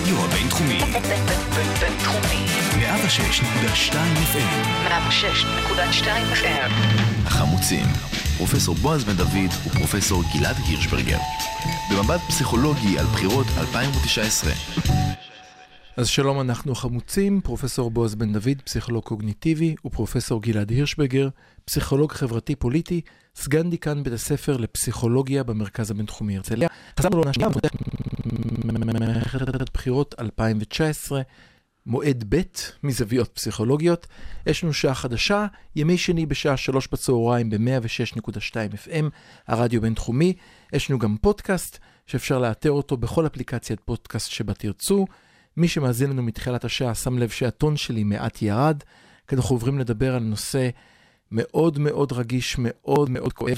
הרדיו הבינתחומי. בינתחומי. 106.2 FM. 106.2 FM. החמוצים. פרופסור בועז בן דוד ופרופסור גלעד הירשברגר. במבט פסיכולוגי על בחירות 2019. אז שלום, אנחנו חמוצים, פרופסור בועז בן דוד, פסיכולוג קוגניטיבי, ופרופסור גלעד הירשברגר, פסיכולוג חברתי-פוליטי, סגן דיקן בית הספר לפסיכולוגיה במרכז הבינתחומי הרצליה. חזרנו לעונה שנייה, מערכת בחירות 2019, מועד ב' מזוויות פסיכולוגיות. יש לנו שעה חדשה, ימי שני בשעה 3 בצהריים ב-106.2 FM, הרדיו בינתחומי. יש לנו גם פודקאסט שאפשר לאתר אותו בכל אפליקציית פודקאסט שבה תרצו. מי שמאזין לנו מתחילת השעה שם לב שהטון שלי מעט ירד, כי אנחנו עוברים לדבר על נושא מאוד מאוד רגיש, מאוד מאוד כואב,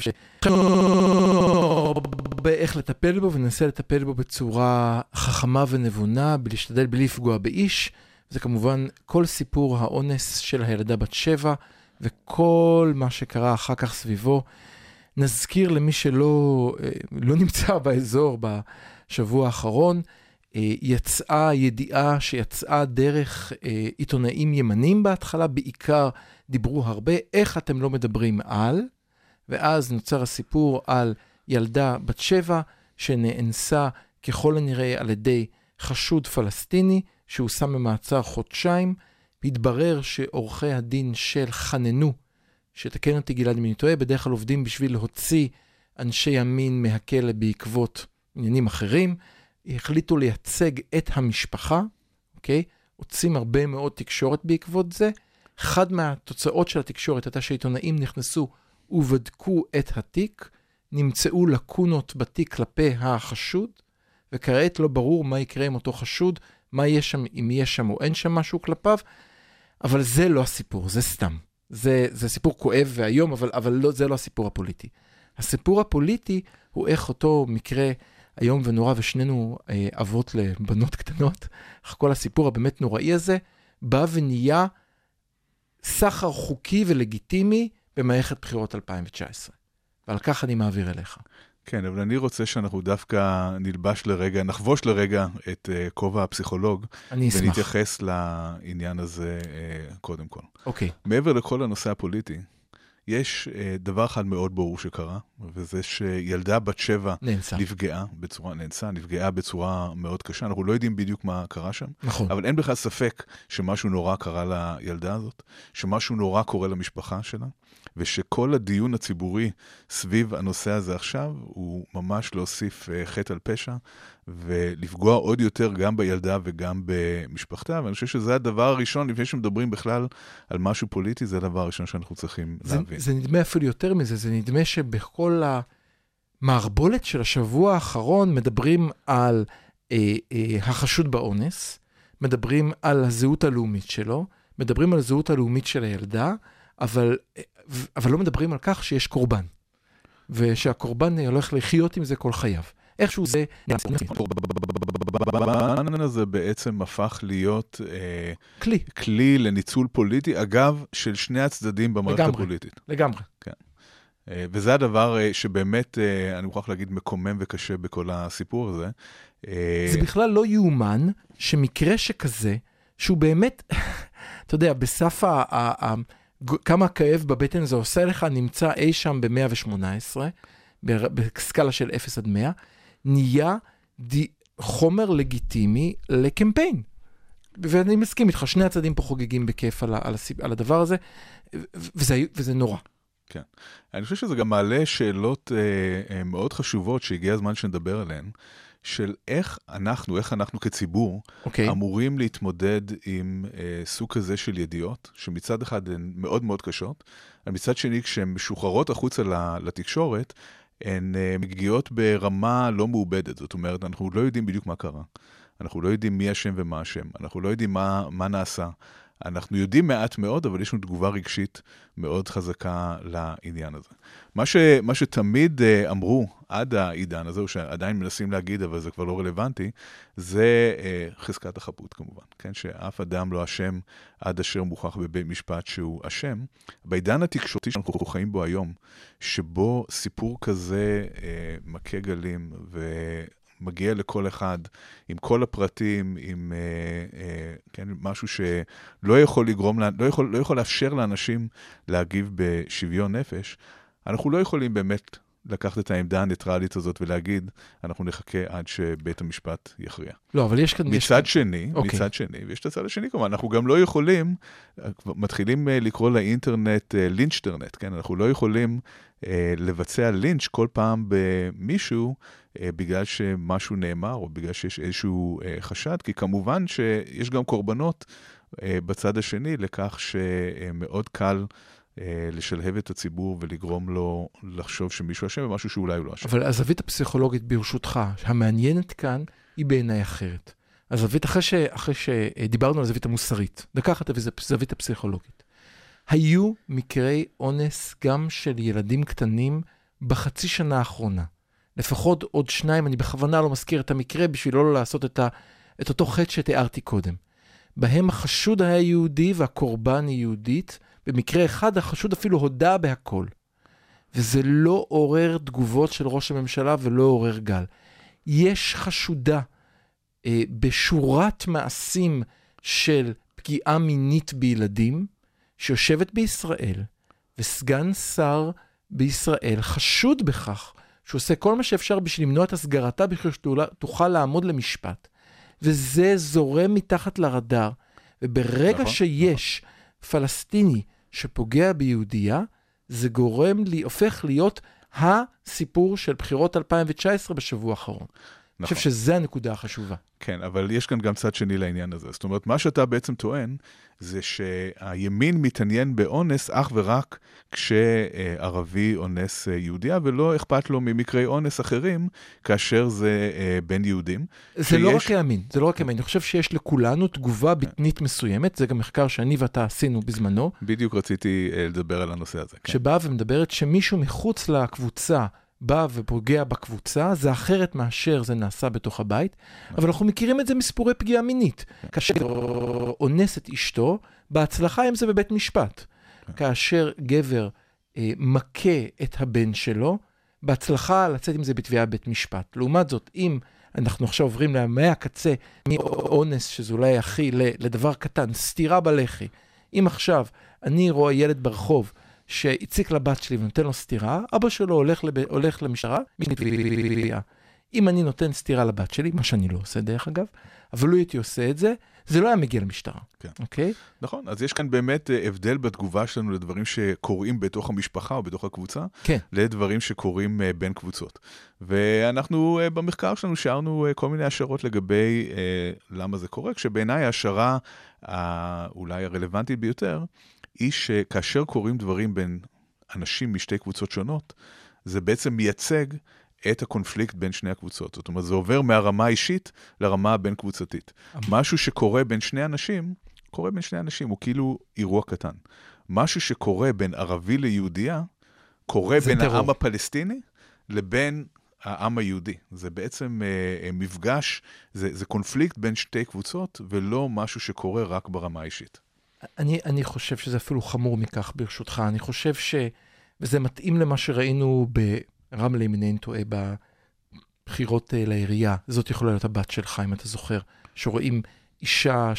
באיך לטפל בו, וננסה לטפל בו בצורה חכמה ונבונה, בלהשתדל בלי לפגוע באיש. זה כמובן כל סיפור האונס של הילדה בת 7, וכל מה שקרה אחר כך סביבו. נזכיר למי שלא נמצא באזור בשבוע האחרון, יצאה ידיעה שיצאה דרך עיתונאים ימנים בהתחלה, בעיקר דיברו הרבה, איך אתם לא מדברים על, ואז נוצר הסיפור על ילדה בת 7 שנאנסה ככל הנראה על ידי חשוד פלסטיני, שהוא שם במעצר חודשיים. התברר שעורכי הדין של חננו, שתקן אותי גלעד אם אני טועה, בדרך כלל עובדים בשביל להוציא אנשי ימין מהכלא בעקבות עניינים אחרים, החליטו לייצג את המשפחה, אוקיי? הוצאים הרבה מאוד תקשורת בעקבות זה. אחד מהתוצאות של התקשורת הייתה שהעיתונאים נכנסו ובדקו את התיק, נמצאו לקונות בתיק כלפי החשוד, וכעת לא ברור מה יקרה עם אותו חשוד, מה יהיה שם, אם יהיה שם או אין שם משהו כלפיו, אבל זה לא הסיפור, זה סתם. זה סיפור כואב והיום, אבל לא, זה לא הסיפור הפוליטי. הסיפור הפוליטי הוא איך אותו מקרה היום ונורא, ושנינו אבות לבנות קטנות, אך כל הסיפור הבאמת נוראי הזה, בא ונהיה סחר חוקי ולגיטימי במערכת בחירות 2019. ועל כך אני מעביר אליך. כן, אבל אני רוצה שאנחנו דווקא נחבוש לרגע את כובע הפסיכולוג, ונתייחס לעניין הזה קודם כל. אוקיי. מעבר לכל הנושא הפוליטי, יש דבר אחד מאוד ברור שקרה, וזה שילדה בת 7 נפגעה בצורה מאוד קשה. אנחנו לא יודעים בדיוק מה קרה שם, נכון. אבל אין בכלל ספק שמשהו נורא קרה לילדה הזאת, שמשהו נורא קורה למשפחה שלה, ושכל הדיון הציבורי סביב הנושא הזה עכשיו, הוא ממש להוסיף חטא על פשע, ולפגוע עוד יותר גם בילדה וגם במשפחתה, ואני חושב שזה הדבר הראשון, לפני שמדברים בכלל על משהו פוליטי, זה הדבר הראשון שאנחנו צריכים להבין. זה נדמה אפילו יותר מזה, זה נדמה שבכל המערבולת של השבוע האחרון, מדברים על החשוד באונס, מדברים על הזהות הלאומית שלו, מדברים על הזהות הלאומית של הילדה, אבל לא מדברים על כך שיש קורבן, ושהקורבן הולך לחיות עם זה כל חייו. איכשהו זה... הקורבן הזה בעצם הפך להיות כלי לניצול פוליטי, אגב, של שני הצדדים במערכת הפוליטית. לגמרי. כן. וזה הדבר שבאמת, אני מוכרח להגיד, מקומם וקשה בכל הסיפור הזה. זה בכלל לא יאומן שמקרה שכזה, שהוא באמת, אתה יודע, בסף כמה כאב בבטן זה עושה לך, נמצא אי שם ב-118, בסקאלה של 0 עד 100, נהיה חומר לגיטימי לקמפיין. ואני מסכים איתך, שני הצדדים פה חוגגים בכיף על הדבר הזה, וזה נורא. כן. אני חושב שזה גם מעלה שאלות מאוד חשובות שהגיע הזמן שנדבר עליהן, של איך אנחנו כציבור אמורים להתמודד עם סוג כזה של ידיעות, שמצד אחד הן מאוד מאוד קשות, אבל מצד שני כשהן משוחררות החוצה לתקשורת, הן מגיעות ברמה לא מעובדת. זאת אומרת, אנחנו לא יודעים בדיוק מה קרה. אנחנו לא יודעים מי השם ומה השם. אנחנו לא יודעים מה נעשה. אנחנו יודעים מעט מאוד, אבל יש לנו תגובה רגשית מאוד חזקה לעניין הזה. מה שתמיד אמרו עד העידן הזה, או שעדיין מנסים להגיד, אבל זה כבר לא רלוונטי, זה חזקת החפות כמובן. כן? שאף אדם לא אשם עד אשר מוכח בבית משפט שהוא אשם. בעידן התקשורתי שאנחנו חיים בו היום, שבו סיפור כזה מכה גלים מגיע לכל אחד, עם כל הפרטים, עם כן, משהו שלא יכול לגרום, לא יכול לאפשר לאנשים להגיב בשוויון נפש, אנחנו לא יכולים באמת לקחת את העמדה הניטרלית הזאת ולהגיד, אנחנו נחכה עד שבית המשפט יכריע. לא, אבל יש כאן... מצד שני, ויש את הצד השני כמובן, אנחנו גם לא יכולים, מתחילים לקרוא לאינטרנט לינצ'טרנט, כן? אנחנו לא יכולים לבצע לינץ' כל פעם במישהו, בגלל שמשהו נאמר, או בגלל שיש איזשהו חשד, כי כמובן שיש גם קורבנות בצד השני, לכך שמאוד קל לשלהב את הציבור ולגרום לו לחשוב שמישהו אשם במשהו שאולי הוא לא אשם. אבל הזווית הפסיכולוגית ברשותך, המעניינת כאן, היא בעיניי אחרת. הזווית, אחרי שדיברנו על הזווית המוסרית, לקחת את הזווית הפסיכולוגית. היו מקרי אונס גם של ילדים קטנים בחצי שנה האחרונה. לפחות עוד 2, אני בכוונה לא מזכיר את המקרה, בשביל לא לעשות את אותו חטא שתיארתי קודם. בהם החשוד היה יהודי והקורבן היא יהודית, במקרה אחד החשוד אפילו הודע בהכל. וזה לא עורר תגובות של ראש הממשלה ולא עורר גל. יש חשודה בשורת מעשים של פגיעה מינית בילדים, שיושבת בישראל, וסגן שר בישראל חשוד בכך, שהוא עושה כל מה שאפשר בשביל למנוע את הסגרתה, בכך שתוכל לעמוד למשפט. וזה זורם מתחת לרדאר. וברגע שיש פלסטיני שפוגע ביהודיה, זה גורם לי, הופך להיות הסיפור של בחירות 2019 בשבוע האחרון. אני חושב שזה הנקודה החשובה. כן, אבל יש כאן גם צד שני לעניין הזה. זאת אומרת, מה שאתה בעצם טוען, זה שהימין מתעניין באונס אך ורק כשערבי אונס יהודיה, ולא אכפת לו ממקרי אונס אחרים, כאשר זה בין יהודים. זה לא רק הימין, זה לא רק הימין. אני חושב שיש לכולנו תגובה בטנית מסוימת, זה גם מחקר שאני ואתה עשינו בזמנו. בדיוק רציתי לדבר על הנושא הזה. שבאה ומדברת שמישהו מחוץ לקבוצה, בא ופוגע בקבוצה, זה אחרת מאשר זה נעשה בתוך הבית, אבל אנחנו מכירים את זה מסיפורי פגיעה מינית. כאשר אונס את אשתו, בהצלחה אם זה בבית משפט. כאשר גבר מכה את הבן שלו, בהצלחה לצאת עם זה בתביעה בבית משפט. לעומת זאת, אם אנחנו עכשיו עוברים מהקצה, מאונס, שזה אולי הכי לדבר קטן, סתירה בלחי. אם עכשיו אני רואה ילד ברחוב, שהציק לבת שלי ונותן לו סתירה, אבא שלו הולך למשטרה, אם אני נותן סתירה לבת שלי, מה שאני לא עושה דרך אגב, אבל לא הייתי עושה את זה, זה לא היה מגיע למשטרה. כן. אוקיי? נכון, אז יש כאן באמת הבדל בתגובה שלנו לדברים שקורים בתוך המשפחה או בתוך הקבוצה, כן. לדברים שקורים בין קבוצות. ואנחנו במחקר שלנו שארנו כל מיני השערות לגבי למה זה קורה, כשבעיניי ההשערה אולי הרלוונטית ביותר, היא שכאשר קוראים דברים בין אנשים משתי קבוצות שונות, זה בעצם מייצג את הקונפליקט בין שני הקבוצות. זאת אומרת, זה עובר מהרמה האישית לרמה הבין קבוצתית. משהו שקורה בין שני אנשים, קורה בין שני אנשים, הוא כאילו אירוע קטן. משהו שקורה בין ערבי ליהודייה, קורה בין העם הפלסטיני לבין העם היהודי. זה בעצם מפגש, זה קונפליקט בין שתי קבוצות, ולא משהו שקורה רק ברמה האישית. אני חושב שזה אפילו חמור מכך ברשותך. אני חושב וזה מתאים למה שראינו ברמלה, אם אינני טועה, בבחירות לעירייה. זאת יכולה להיות הבת שלך, אם אתה זוכר, שרואים אישה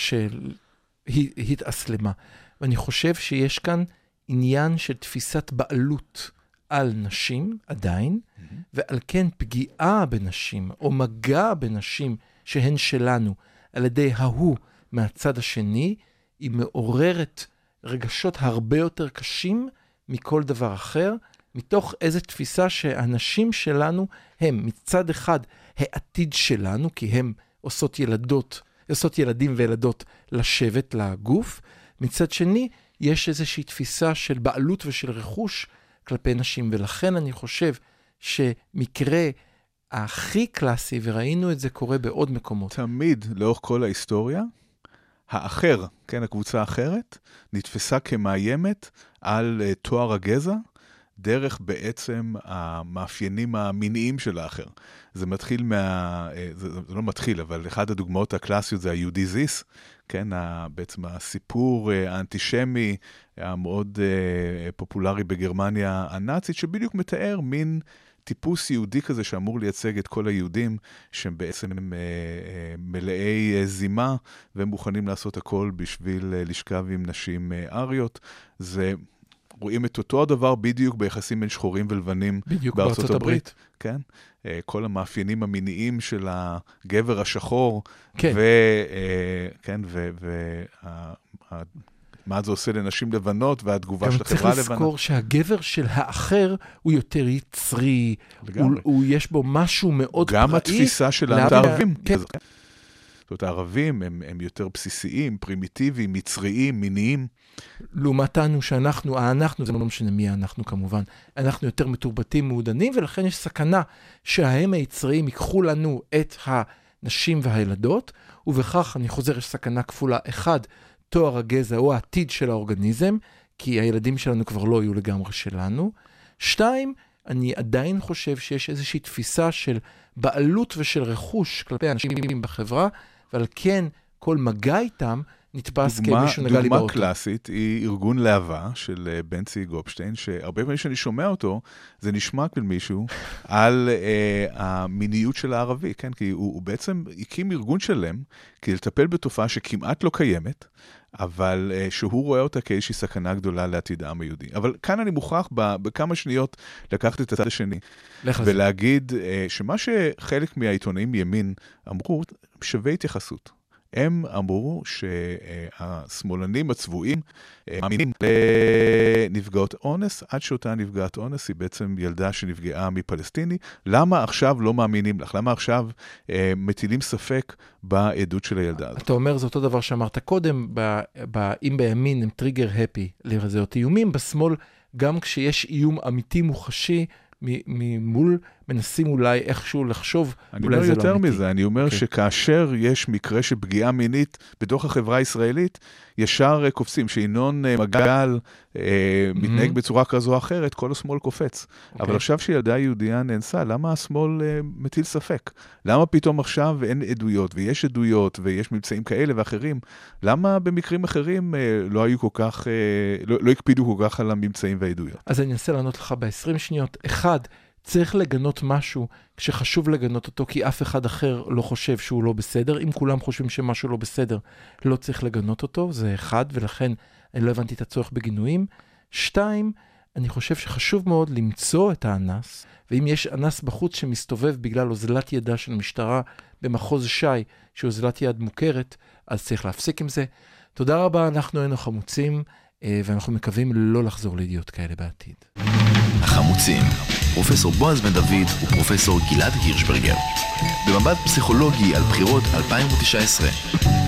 התאסלמה. ואני חושב שיש כאן עניין של תפיסת בעלות על נשים, עדיין, ועל כן פגיעה בנשים, או מגע בנשים שהן שלנו, על ידי ההוא מהצד השני, היא מעוררת רגשות הרבה יותר קשים מכל דבר אחר, מתוך איזו תפיסה שהנשים שלנו הם מצד אחד העתיד שלנו, כי הם עושות ילדים וילדות לשבט, לגוף, מצד שני יש איזושהי תפיסה של בעלות ושל רכוש כלפי נשים, ולכן אני חושב שמקרה הכי קלאסי, וראינו את זה קורה בעוד מקומות. תמיד לאורך כל ההיסטוריה, האחר, כן, הקבוצה האחרת, נתפסה כמאיימת על תואר הגזע, דרך בעצם המאפיינים המיניים של האחר. זה מתחיל זה לא מתחיל, אבל אחד הדוגמאות הקלאסיות זה היהודי זיס, כן, בעצם הסיפור האנטישמי, המאוד פופולרי בגרמניה הנאצית, שבדיוק מתאר מין טיפוס יהודי כזה שאמור לייצג את כל היהודים, שהם בעצם מלאי זימה, והם מוכנים לעשות הכל בשביל לשכב עם נשים אריות. רואים את אותו הדבר בדיוק ביחסים בין שחורים ולבנים בארצות הברית. כן? כל המאפיינים המיניים של הגבר השחור, כן. מה זה עושה לנשים לבנות, והתגובה של החברה לבנה. גם צריך לזכור שהגבר של האחר הוא יותר יצרי, יש בו משהו מאוד פראי. גם התפיסה של הערבים. כן. זאת אומרת, הערבים הם יותר בסיסיים, פרימיטיביים, יצריים, מיניים. לעומתנו שאנחנו, זה לא משנה מי אנחנו כמובן, אנחנו יותר מתורבתים, מעודנים, ולכן יש סכנה שההם היצריים ייקחו לנו את הנשים והילדות, ובכך אני חוזר, יש סכנה כפולה. אחד, תואר הגזע הוא העתיד של האורגניזם, כי הילדים שלנו כבר לא יהיו לגמרי שלנו. 2, אני עדיין חושב שיש איזושהי תפיסה של בעלות ושל רכוש כלפי אנשים בחברה, ועל כן כל מגע איתם נתפס כמישהו נגע לי באוטו. דוגמה קלאסית היא ארגון להבה של בנצי גופשטיין, שהרבה פעמים שאני שומע אותו, זה נשמע כמו מישהו על המיניות של הערבי, כן? כי הוא בעצם הקים ארגון שלם, כדי לטפל בתופעה שכמעט לא קיימת, אבל שהוא רואה אותה כאיזושהי סכנה גדולה לעתיד העם היהודי. אבל כאן אני מוכרח בכמה שניות לקחת את הצד השני, ולהגיד שמה שחלק מהעיתונאים ימין אמרו, שווה התייחסות. הם אמרו שהשמאלנים הצבועים מאמינים לנפגעות אונס, עד שאותה נפגעת אונס היא בעצם ילדה שנפגעה מפלסטיני. למה עכשיו לא מאמינים לך? למה עכשיו מטילים ספק בעדות של הילדה הזאת? אתה אומר, זה אותו דבר שאמרת קודם, אם בימין הם טריגר הפי לרזות איומים, בשמאל גם כשיש איום אמיתי מוחשי, ממול מנסים אולי איכשהו לחשוב, אני אומר יותר מזה, אני אומר שכאשר יש מקרה של פגיעה מינית בתוך החברה הישראלית, ישר קופצים, שינון מגל מתנהג בצורה כזו או אחרת, כל השמאל קופץ. אבל עכשיו שילדה יהודייה נאנסה, למה השמאל מטיל ספק? למה פתאום עכשיו אין עדויות, ויש עדויות, ויש מבצעים כאלה ואחרים? למה במקרים אחרים לא היו כל כך, לא הקפידו כל כך על הממצאים והעדויות? אז אני אנסה לענות לך ב-20 שניות. 1, צריך לגנות משהו כשחשוב לגנות אותו, כי אף אחד אחר לא חושב שהוא לא בסדר. אם כולם חושבים שמשהו לא בסדר, לא צריך לגנות אותו. זה 1, ולכן אני לא הבנתי את הצורך בגינויים. 2, אני חושב שחשוב מאוד למצוא את האנס, ואם יש אנס בחוץ שמסתובב בגלל הוזלת ידה של משטרה במחוז שי, שהוזלת יד מוכרת, אז צריך להפסיק עם זה. תודה רבה, אנחנו היינו חמוצים, ואנחנו מקווים לא לחזור לידיעות כאלה בעתיד. החמוצים, פרופסור בועז בן דוד ופרופסור גלעד הירשברגר. במבט פסיכולוגי על בחירות 2019.